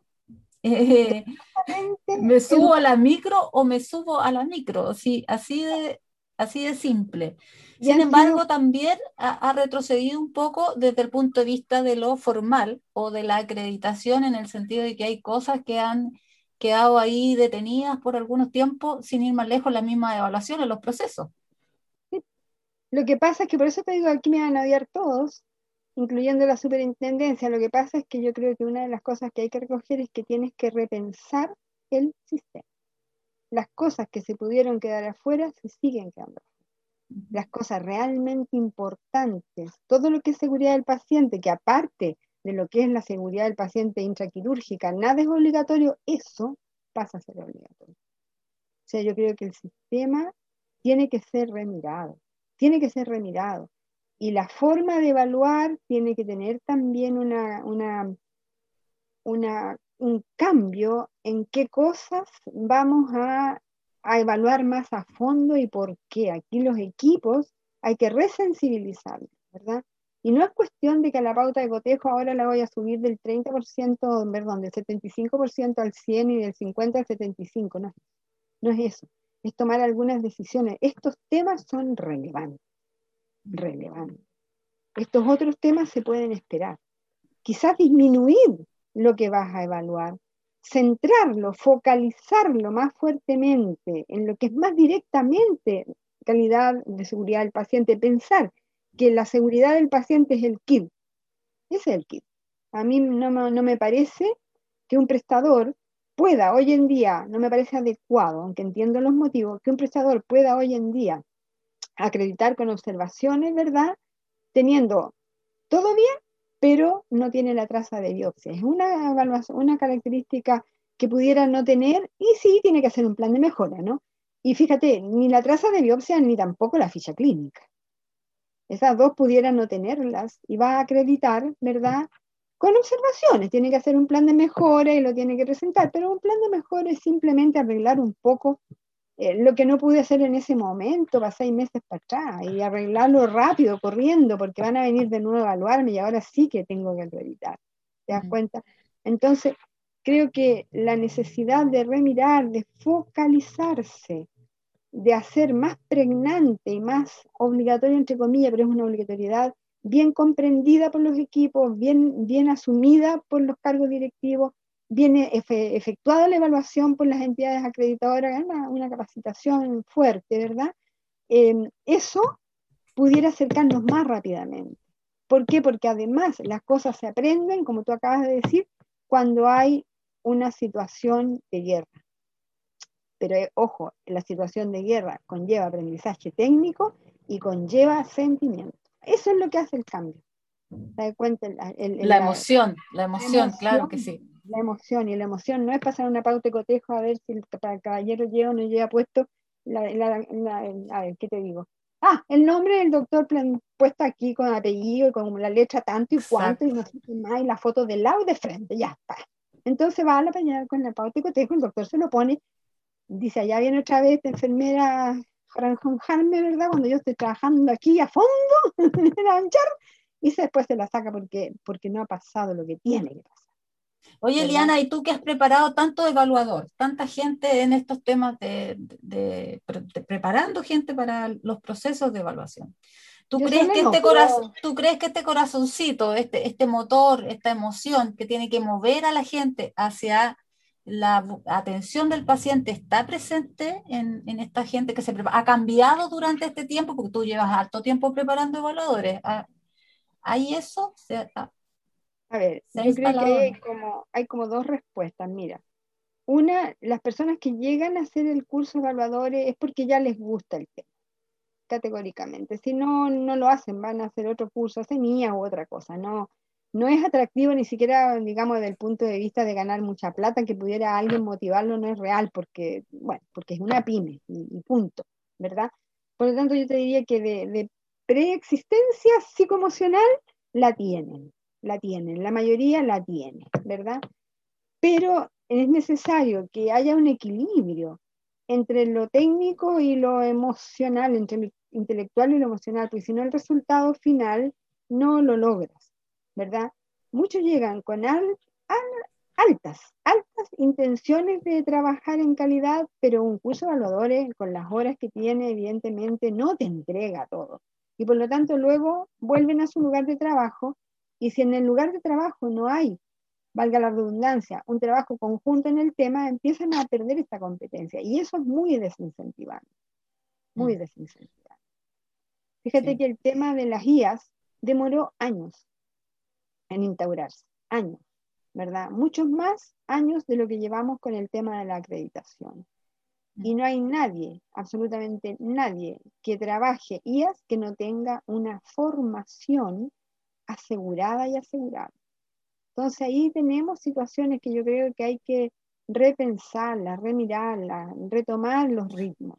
Eh, me subo a la micro o me subo a la micro, así, así, de, así de simple. Sin embargo, sido... también ha, ha retrocedido un poco desde el punto de vista de lo formal o de la acreditación, en el sentido de que hay cosas que han quedado ahí detenidas por algunos tiempos, sin ir más lejos, la misma evaluación en los procesos. Sí. Lo que pasa es que por eso te digo, aquí me van a odiar todos, incluyendo la superintendencia. Lo que pasa es que yo creo que una de las cosas que hay que recoger es que tienes que repensar el sistema. Las cosas que se pudieron quedar afuera se siguen quedando afuera. Las cosas realmente importantes, todo lo que es seguridad del paciente, que aparte de lo que es la seguridad del paciente intraquirúrgica, nada es obligatorio, eso pasa a ser obligatorio. O sea, yo creo que el sistema tiene que ser remirado, tiene que ser remirado. Y la forma de evaluar tiene que tener también una, una, una, un cambio en qué cosas vamos a, a evaluar más a fondo y por qué. Aquí los equipos hay que resensibilizarlos, ¿verdad? Y no es cuestión de que a la pauta de cotejo ahora la voy a subir del treinta por ciento, perdón, del setenta y cinco por ciento al cien y del cincuenta al setenta y cinco por ciento, no, no es eso. Es tomar algunas decisiones. Estos temas son relevantes, relevantes. Estos otros temas se pueden esperar. Quizás disminuir lo que vas a evaluar, centrarlo, focalizarlo más fuertemente en lo que es más directamente calidad de seguridad del paciente, pensar que la seguridad del paciente es el kit. Ese es el kit. A mí no, no me parece que un prestador pueda hoy en día, no me parece adecuado, aunque entiendo los motivos, que un prestador pueda hoy en día acreditar con observaciones, ¿verdad?, teniendo todo bien, pero no tiene la traza de biopsia. Es una evaluación, una característica que pudiera no tener, y sí tiene que hacer un plan de mejora, ¿no? Y fíjate, ni la traza de biopsia ni tampoco la ficha clínica. Esas dos pudieran no tenerlas y va a acreditar, ¿verdad?, con observaciones. Tiene que hacer un plan de mejora y lo tiene que presentar, pero un plan de mejora es simplemente arreglar un poco eh, lo que no pude hacer en ese momento, para seis meses para atrás, y arreglarlo rápido, corriendo, porque van a venir de nuevo a evaluarme y ahora sí que tengo que acreditar. ¿Te das cuenta? Entonces, creo que la necesidad de remirar, de focalizarse, de hacer más pregnante y más obligatorio, entre comillas, pero es una obligatoriedad bien comprendida por los equipos, bien, bien asumida por los cargos directivos, bien efe, efectuada la evaluación por las entidades acreditadoras, una, una capacitación fuerte, ¿verdad? Eh, eso pudiera acercarnos más rápidamente. ¿Por qué? Porque además las cosas se aprenden, como tú acabas de decir, cuando hay una situación de guerra. Pero eh, ojo, la situación de guerra conlleva aprendizaje técnico y conlleva sentimiento. Eso es lo que hace el cambio. ¿Te das cuenta? El, el, el, la emoción, la emoción, la emoción, claro que sí. La emoción, y la emoción no es pasar una pauta de cotejo a ver si el, para el caballero lleva o no lleva puesto, la, la, la, a ver, ¿qué te digo? Ah, el nombre del doctor puesto aquí con apellido y con la letra tanto y cuánto, y no sé qué más, y la foto del lado y de frente, ya está. Entonces va a la pañal con la pauta de cotejo, el doctor se lo pone, dice, allá viene otra vez esta enfermera jaranjonjarme, ¿verdad? Cuando yo estoy trabajando aquí a fondo, en el anchar, y después se la saca porque, porque no ha pasado lo que tiene que pasar. Oye, ¿verdad? Liana, ¿y tú que has preparado tanto evaluador, tanta gente en estos temas de, de, de, de preparando gente para los procesos de evaluación? ¿Tú crees, que este corazón, ¿Tú crees que este corazoncito, este, este motor, esta emoción que tiene que mover a la gente hacia la atención del paciente está presente en, en esta gente que se prepara? ¿Ha cambiado durante este tiempo? Porque tú llevas harto tiempo preparando evaluadores. ¿Hay eso? ¿Se, A ver, yo creo que hay como, hay como dos respuestas. Mira, una, las personas que llegan a hacer el curso de evaluadores es porque ya les gusta el tema, categóricamente. Si no, no lo hacen, van a hacer otro curso, semilla u otra cosa. No, no es atractivo ni siquiera, digamos, desde el punto de vista de ganar mucha plata, que pudiera alguien motivarlo, no es real, porque, bueno, porque es una pyme y, y punto, ¿verdad? Por lo tanto, yo te diría que de, de preexistencia psicoemocional la tienen. La tienen, la mayoría la tiene, ¿verdad? Pero es necesario que haya un equilibrio entre lo técnico y lo emocional, entre lo intelectual y lo emocional, porque si no el resultado final no lo logras, ¿verdad? Muchos llegan con al, al, altas, altas intenciones de trabajar en calidad, pero un curso de evaluadores con las horas que tiene, evidentemente, no te entrega todo. Y por lo tanto luego vuelven a su lugar de trabajo. Y si en el lugar de trabajo no hay, valga la redundancia, un trabajo conjunto en el tema, empiezan a perder esta competencia. Y eso es muy desincentivante, muy desincentivante. Fíjate sí. que el tema de las I As demoró años en instaurarse, años, ¿verdad? Muchos más años de lo que llevamos con el tema de la acreditación. Y no hay nadie, absolutamente nadie, que trabaje I As que no tenga una formación asegurada y asegurada. Entonces ahí tenemos situaciones que yo creo que hay que repensarlas, remirarlas, retomar los ritmos.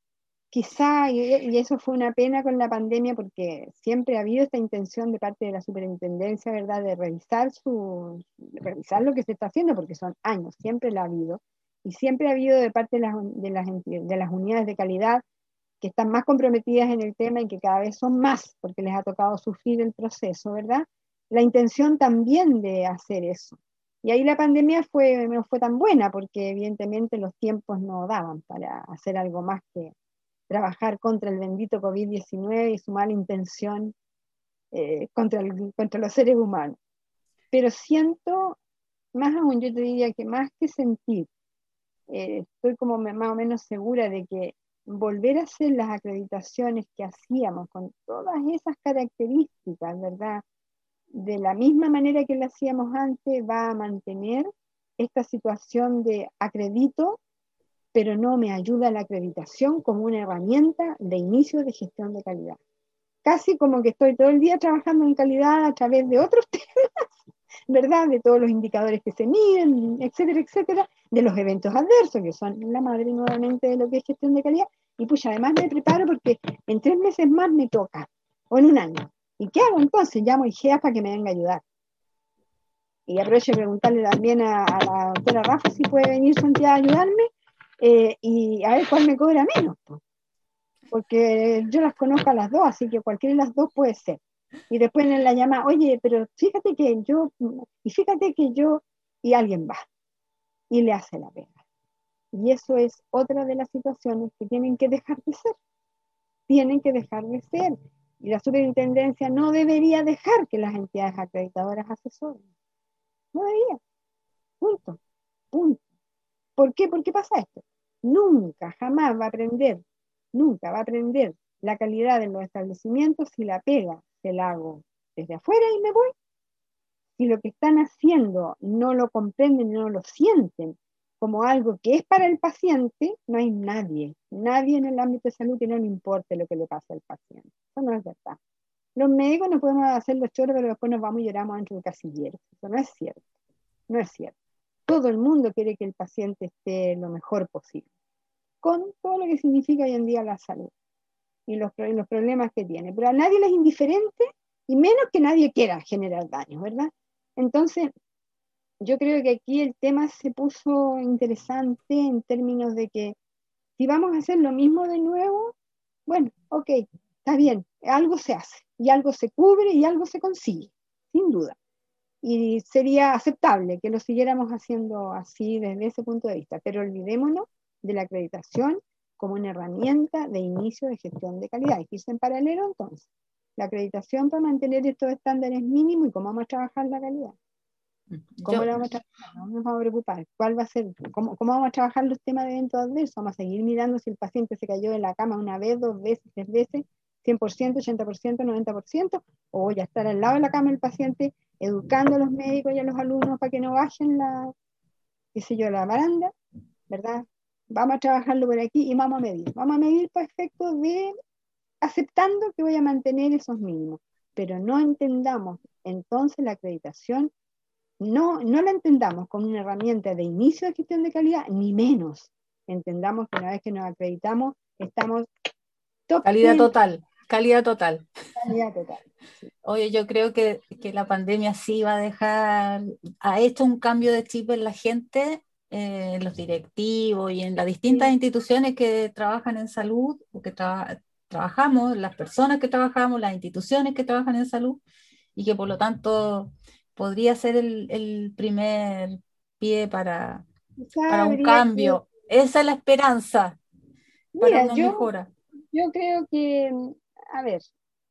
Quizá, y, y eso fue una pena con la pandemia, porque siempre ha habido esta intención de parte de la superintendencia, ¿verdad?, de revisar, su, revisar lo que se está haciendo, porque son años, siempre la ha habido, y siempre ha habido de parte de las, de las, de las unidades de calidad que están más comprometidas en el tema y que cada vez son más, porque les ha tocado sufrir el proceso, ¿verdad? La intención también de hacer eso. Y ahí la pandemia fue, no fue tan buena, porque evidentemente los tiempos no daban para hacer algo más que trabajar contra el bendito COVID diecinueve y su mala intención eh, contra, el, contra los seres humanos. Pero siento, más aún yo te diría que más que sentir, eh, estoy como más o menos segura de que volver a hacer las acreditaciones que hacíamos con todas esas características, ¿verdad?, de la misma manera que lo hacíamos antes, va a mantener esta situación de acredito, pero no me ayuda la acreditación como una herramienta de inicio de gestión de calidad. Casi como que estoy todo el día trabajando en calidad a través de otros temas, ¿verdad? De todos los indicadores que se miden, etcétera, etcétera, de los eventos adversos, que son la madre nuevamente de lo que es gestión de calidad, y pues además me preparo porque en tres meses más me toca, o en un año. ¿Y qué hago entonces? Llamo a I G E A para que me venga a ayudar. Y aprovecho de preguntarle también a, a la doctora Rafa si puede venir Santiago a ayudarme, eh, y a ver cuál me cobra menos, pues, porque yo las conozco a las dos, así que cualquiera de las dos puede ser. Y después en la llamada, oye, pero fíjate que yo, y fíjate que yo, y alguien va y le hace la pega. Y eso es otra de las situaciones que tienen que dejar de ser. Tienen que dejar de ser. Y la superintendencia no debería dejar que las entidades acreditadoras asesoren. No debería. Punto. Punto. ¿Por qué? ¿Por qué pasa esto? Nunca, jamás va a aprender, nunca va a aprender la calidad de los establecimientos si la pega se la hago desde afuera y me voy. Si lo que están haciendo no lo comprenden, no lo sienten como algo que es para el paciente, no hay nadie, nadie en el ámbito de salud que no le importe lo que le pasa al paciente. Eso no es verdad. Los médicos no podemos hacer los choros, pero después nos vamos y lloramos dentro del casillero. Eso no es cierto, no es cierto. Todo el mundo quiere que el paciente esté lo mejor posible, con todo lo que significa hoy en día la salud y los, los problemas que tiene. Pero a nadie le es indiferente y menos que nadie quiera generar daño, ¿verdad? Entonces, yo creo que aquí el tema se puso interesante en términos de que si vamos a hacer lo mismo de nuevo, bueno, ok, está bien, algo se hace y algo se cubre y algo se consigue, sin duda. Y sería aceptable que lo siguiéramos haciendo así desde ese punto de vista, pero olvidémonos de la acreditación como una herramienta de inicio de gestión de calidad. Y en paralelo, entonces, la acreditación para mantener estos estándares mínimos y cómo vamos a trabajar la calidad. ¿Cómo Yo, lo vamos a trabajar? No nos vamos a preocupar. ¿Cuál va a ser? ¿Cómo, cómo vamos a trabajar los temas de eventos adversos? Vamos a seguir mirando si el paciente se cayó de la cama una vez, dos veces, tres veces, cien por ciento, ochenta por ciento, noventa por ciento, o voy a estar al lado de la cama del paciente educando a los médicos y a los alumnos para que no bajen la, qué sé yo, la baranda, ¿verdad? Vamos a trabajarlo por aquí y vamos a medir. Vamos a medir para efectos de aceptando que voy a mantener esos mínimos, pero no entendamos entonces la acreditación. No, no la entendamos como una herramienta de inicio de gestión de calidad, ni menos. Entendamos que una vez que nos acreditamos, estamos top calidad ten, total, calidad total. calidad total. Sí. Oye, yo creo que, que la pandemia sí va a dejar, ha hecho un cambio de chip en la gente, eh, en los directivos y en las distintas Sí. instituciones que trabajan en salud, o que tra trabajamos, las personas que trabajamos, las instituciones que trabajan en salud, y que por lo tanto podría ser el, el primer pie para, Quizá para un habría que, cambio. Esa es la esperanza para mira, una yo, mejora. yo creo que, a ver,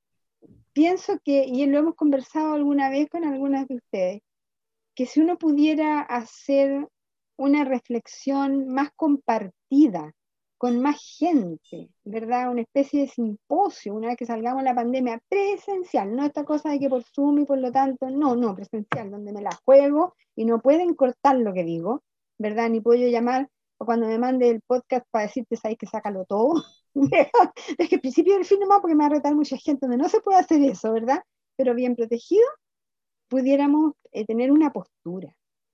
pienso que, y lo hemos conversado alguna vez con algunas de ustedes, que si uno pudiera hacer una reflexión más compartida, con más gente, ¿verdad? Una especie de simposio, una vez que salgamos de la pandemia, presencial, no esta cosa de que por Zoom y por lo tanto, no, no, presencial, donde me la juego y no pueden cortar lo que digo, ¿verdad? Ni puedo yo llamar o cuando me mande el podcast para decirte, ¿sabes que sácalo todo? Es que al principio del fin nomás porque me va a retar mucha gente, donde no se puede hacer eso, ¿verdad? Pero bien protegido, pudiéramos eh, tener una postura,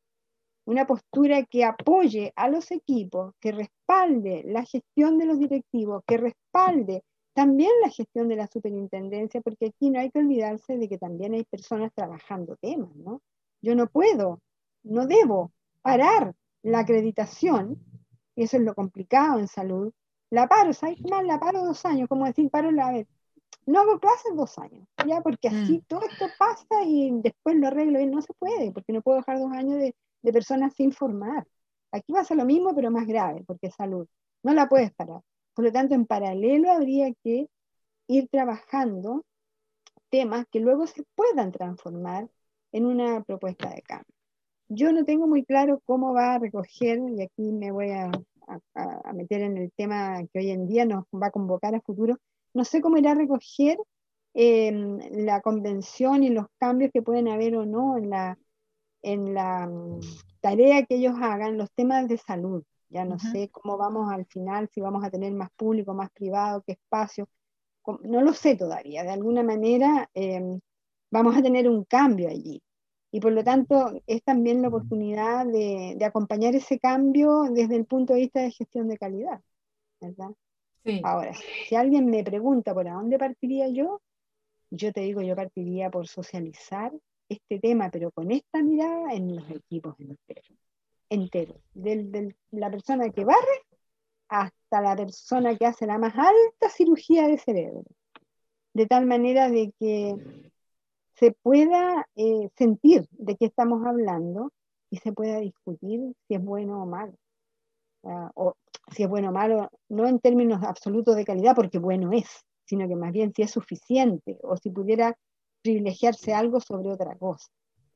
una postura que apoye a los equipos, que respalde la gestión de los directivos, que respalde también la gestión de la superintendencia, porque aquí no hay que olvidarse de que también hay personas trabajando temas, ¿no? Yo no puedo, no debo parar la acreditación, y eso es lo complicado en salud, la paro, ¿sabes qué más? La paro dos años, como decir, paro la vez. No hago clases dos años, ya, porque así Mm. todo esto pasa y después lo arreglo y no se puede, porque no puedo dejar dos años de, de personas sin formar. Aquí pasa lo mismo, pero más grave, porque es salud. No la puedes parar. Por lo tanto, en paralelo habría que ir trabajando temas que luego se puedan transformar en una propuesta de cambio. Yo no tengo muy claro cómo va a recoger, y aquí me voy a, a, a meter en el tema que hoy en día nos va a convocar a futuro, no sé cómo irá a recoger eh, la convención y los cambios que pueden haber o no en la, en la um, tarea que ellos hagan, los temas de salud. Ya no Uh-huh. sé cómo vamos al final, si vamos a tener más público, más privado, qué espacio. No lo sé todavía. De alguna manera eh, vamos a tener un cambio allí. Y por lo tanto es también la oportunidad de, de acompañar ese cambio desde el punto de vista de gestión de calidad, ¿verdad? Sí. Ahora, si alguien me pregunta por a dónde partiría yo, yo te digo, yo partiría por socializar este tema, pero con esta mirada en los equipos enteros, enteros. Del, del, la persona que barre hasta la persona que hace la más alta cirugía de cerebro, de tal manera de que se pueda eh, sentir de qué estamos hablando y se pueda discutir si es bueno o malo. Uh, o si es bueno o malo, no en términos absolutos de calidad, porque bueno es, sino que más bien si es suficiente o si pudiera privilegiarse algo sobre otra cosa.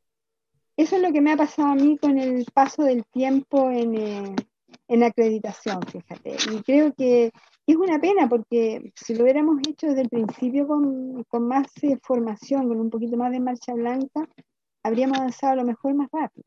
Eso es lo que me ha pasado a mí con el paso del tiempo en, eh, en acreditación, fíjate. Y creo que es una pena porque si lo hubiéramos hecho desde el principio con, con más eh, formación, con un poquito más de marcha blanca, habríamos avanzado a lo mejor más rápido.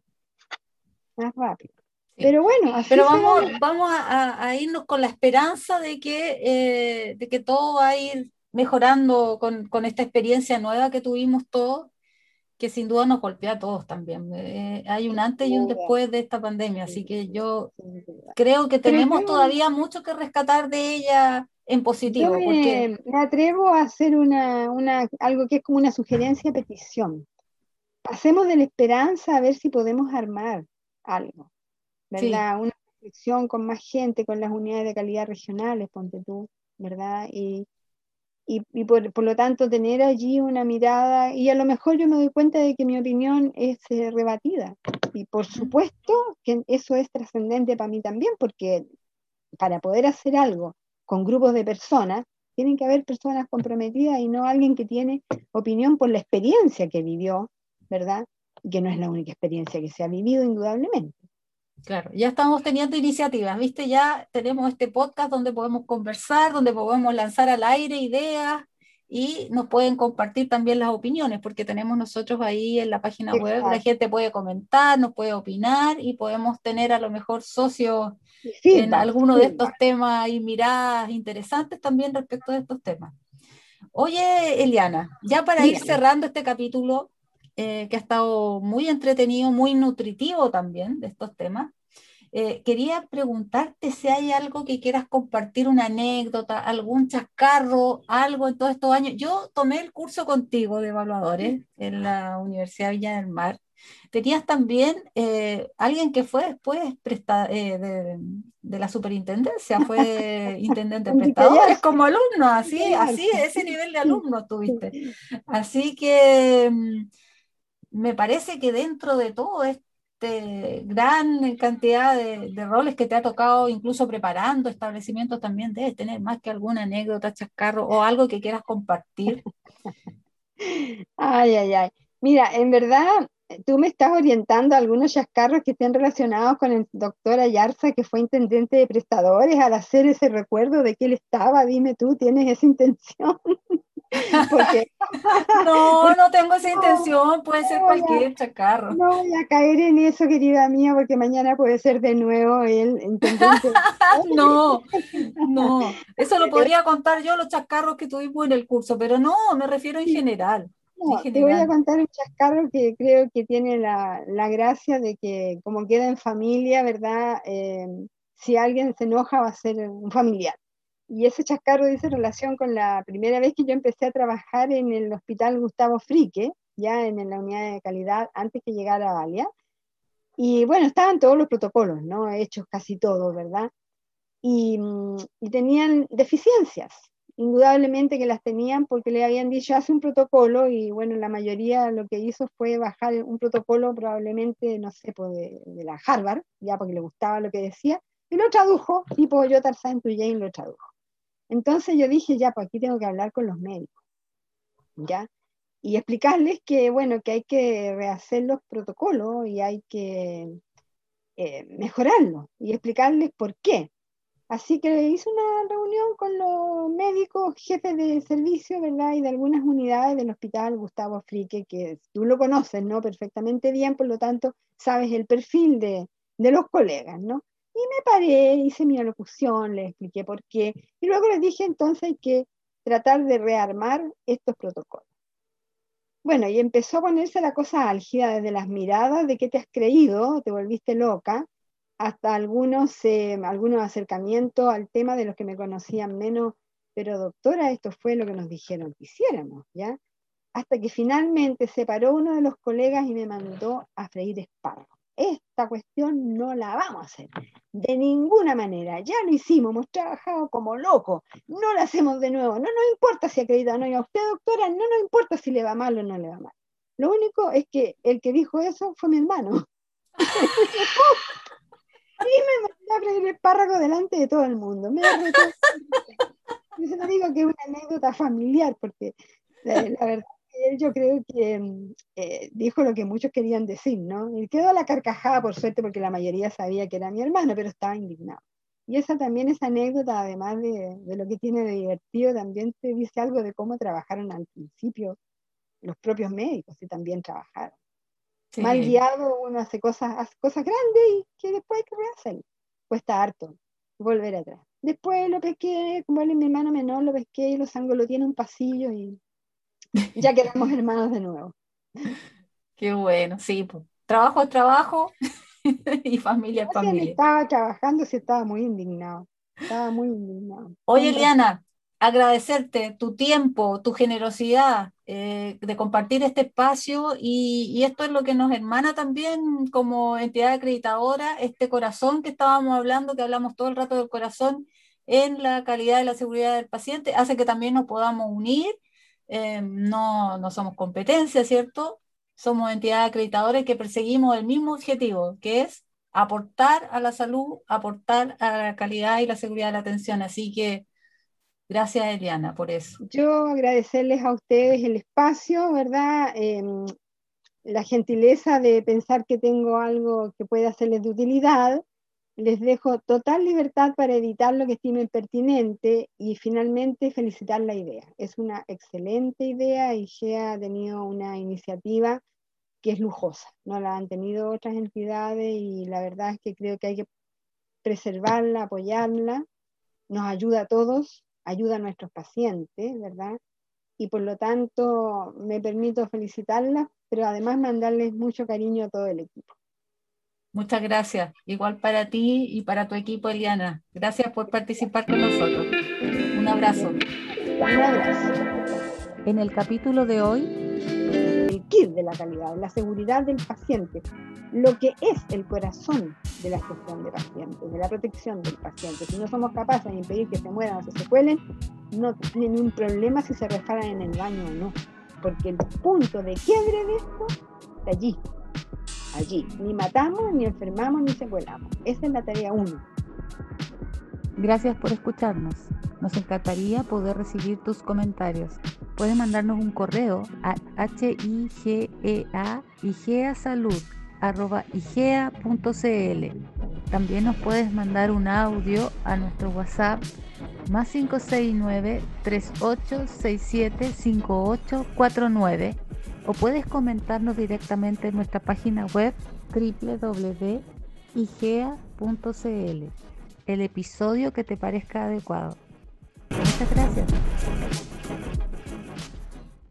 Más rápido. Sí. Pero bueno, así Pero vamos, vamos a, a irnos con la esperanza de que, eh, de que todo va a ir mejorando con, con esta experiencia nueva que tuvimos todos, que sin duda nos golpea a todos también. Eh, hay un antes y un después de esta pandemia, así que yo creo que tenemos yo, todavía mucho que rescatar de ella en positivo. Yo me, porque... me atrevo a hacer una, una, algo que es como una sugerencia, petición. Pasemos de la esperanza a ver si podemos armar algo, ¿verdad? Sí. Una reflexión con más gente, con las unidades de calidad regionales, ponte tú, ¿verdad? Y, y, y por, por lo tanto tener allí una mirada, y a lo mejor yo me doy cuenta de que mi opinión es eh, rebatida. Y por supuesto que eso es trascendente para mí también, porque para poder hacer algo con grupos de personas, tienen que haber personas comprometidas y no alguien que tiene opinión por la experiencia que vivió, ¿verdad? Que no es la única experiencia que se ha vivido, indudablemente. Claro, ya estamos teniendo iniciativas, ¿viste? Ya tenemos este podcast donde podemos conversar, donde podemos lanzar al aire ideas y nos pueden compartir también las opiniones, porque tenemos nosotros ahí en la página Exacto. web, la gente puede comentar, nos puede opinar y podemos tener a lo mejor socios sí, en va, alguno sí, de estos va. temas y miradas interesantes también respecto de estos temas. Oye, Eliana, ya para Dígame. ir cerrando este capítulo, Eh, que ha estado muy entretenido, muy nutritivo también de estos temas. Eh, quería preguntarte si hay algo que quieras compartir, una anécdota, algún chascarro, algo en todos estos años. Yo tomé el curso contigo de evaluadores en la Universidad Viña del Mar. Tenías también eh, alguien que fue después presta, eh, de, de la superintendencia, fue intendente prestador, es como alumno, así, así, ese nivel de alumno tuviste. Así que me parece que dentro de todo este gran cantidad de, de roles que te ha tocado, incluso preparando establecimientos, también debes tener más que alguna anécdota, chascarro o algo que quieras compartir. Ay, ay, ay. Mira, en verdad, tú me estás orientando a algunos chascarros que estén relacionados con el doctor Ayarza, que fue intendente de prestadores, al hacer ese recuerdo de que él estaba. Dime tú, ¿tienes esa intención? Porque, no, porque, no tengo esa intención, puede no ser cualquier a, chacarro. No voy a caer en eso, querida mía, porque mañana puede ser de nuevo el intendente. No, no, eso lo podría contar yo, los chacarros que tuvimos en el curso, pero no, me refiero en general. No, en general. Te voy a contar un chascarro que creo que tiene la, la gracia de que como queda en familia, ¿verdad? Eh, si alguien se enoja va a ser un familiar. Y ese chascarro dice relación con la primera vez que yo empecé a trabajar en el hospital Gustavo Frique, ya en, en la unidad de calidad, antes que llegara a Valia. Y bueno, estaban todos los protocolos, ¿no? Hechos casi todos, ¿verdad? Y, y tenían deficiencias, indudablemente que las tenían porque le habían dicho hace un protocolo y bueno, la mayoría lo que hizo fue bajar un protocolo probablemente, no sé, pues de, de la Harvard, ya porque le gustaba lo que decía, y lo tradujo, tipo yo Tarzán Tuyein lo tradujo. Entonces yo dije, ya, pues aquí tengo que hablar con los médicos, ¿ya? Y explicarles que, bueno, que hay que rehacer los protocolos y hay que eh, mejorarlos y explicarles por qué. Así que hice una reunión con los médicos, jefes de servicio, ¿verdad? Y de algunas unidades del hospital Gustavo Frique, que tú lo conoces, ¿no? Perfectamente bien, por lo tanto, sabes el perfil de, de los colegas, ¿no? Y me paré, hice mi alocución, les expliqué por qué, y luego les dije entonces hay que tratar de rearmar estos protocolos. Bueno, y empezó a ponerse la cosa álgida desde las miradas de qué te has creído, te volviste loca, hasta algunos, eh, algunos acercamientos al tema de los que me conocían menos, pero doctora, esto fue lo que nos dijeron que hiciéramos, ¿ya? Hasta que finalmente se paró uno de los colegas y me mandó a freír espárragos. Esta cuestión no la vamos a hacer. de ninguna manera, ya lo hicimos, hemos trabajado como locos, no lo hacemos de nuevo, no nos importa si acredita o no, y a usted, doctora, no nos importa si le va mal o no le va mal. Lo único es que el que dijo eso fue mi hermano. Y me mandó a freír espárrago delante de todo el mundo. Me retó. Yo se lo digo que es una anécdota familiar, porque la, la verdad que él yo creo que eh, dijo lo que muchos querían decir, ¿no? Y quedó la carcajada, por suerte, porque la mayoría sabía que era mi hermano, pero estaba indignado. Y esa también, esa anécdota, además de, de lo que tiene de divertido, también te dice algo de cómo trabajaron al principio los propios médicos, y también trabajaron. Sí. Mal guiado uno hace cosas, hace cosas grandes y que después hay que rehacer. Cuesta harto volver atrás. Después lo pesqué, como él es mi hermano menor, lo pesqué y lo sangoloteé en un pasillo y ya quedamos hermanos de nuevo. Qué bueno, sí, pues. Trabajo es trabajo y familia es familia. Estaba trabajando, sí, estaba muy indignado. Estaba muy indignado. Oye, Eliana, agradecerte tu tiempo, tu generosidad eh, de compartir este espacio y, y esto es lo que nos hermana también como entidad acreditadora, este corazón que estábamos hablando, que hablamos todo el rato del corazón en la calidad y la seguridad del paciente, hace que también nos podamos unir, eh, no, no somos competencia, ¿cierto? Somos entidades acreditadoras que perseguimos el mismo objetivo, que es aportar a la salud, aportar a la calidad y la seguridad de la atención, así que gracias, Eliana, por eso. Yo agradecerles a ustedes el espacio, ¿verdad? Eh, la gentileza de pensar que tengo algo que puede hacerles de utilidad. Les dejo total libertad para editar lo que estimen pertinente y finalmente felicitar la idea. Es una excelente idea y G E A ha tenido una iniciativa que es lujosa. No la han tenido otras entidades y la verdad es que creo que hay que preservarla, apoyarla. Nos ayuda a todos, ayuda a nuestros pacientes, ¿verdad? Y por lo tanto me permito felicitarlas, pero además mandarles mucho cariño a todo el equipo. Muchas gracias, igual para ti y para tu equipo, Eliana. Gracias por participar con nosotros. Un abrazo. Un abrazo. En el capítulo de hoy, el kit de la calidad, la seguridad del paciente, lo que es el corazón de la gestión de pacientes, de la protección del paciente. Si no somos capaces de impedir que se mueran o se secuelen, no tienen ningún problema si se resbalan en el baño o no, porque el punto de quiebre de esto está allí, allí. Ni matamos, ni enfermamos, ni secuelamos. Esa es la tarea uno. Gracias por escucharnos. Nos encantaría poder recibir tus comentarios. Puedes mandarnos un correo a higea igeasalud arroba igea punto cl. También nos puedes mandar un audio a nuestro WhatsApp más cinco seis nueve, tres ocho seis siete, cinco ocho cuatro nueve o puedes comentarnos directamente en nuestra página web doble u doble u doble u punto igea punto cl el episodio que te parezca adecuado. Muchas gracias.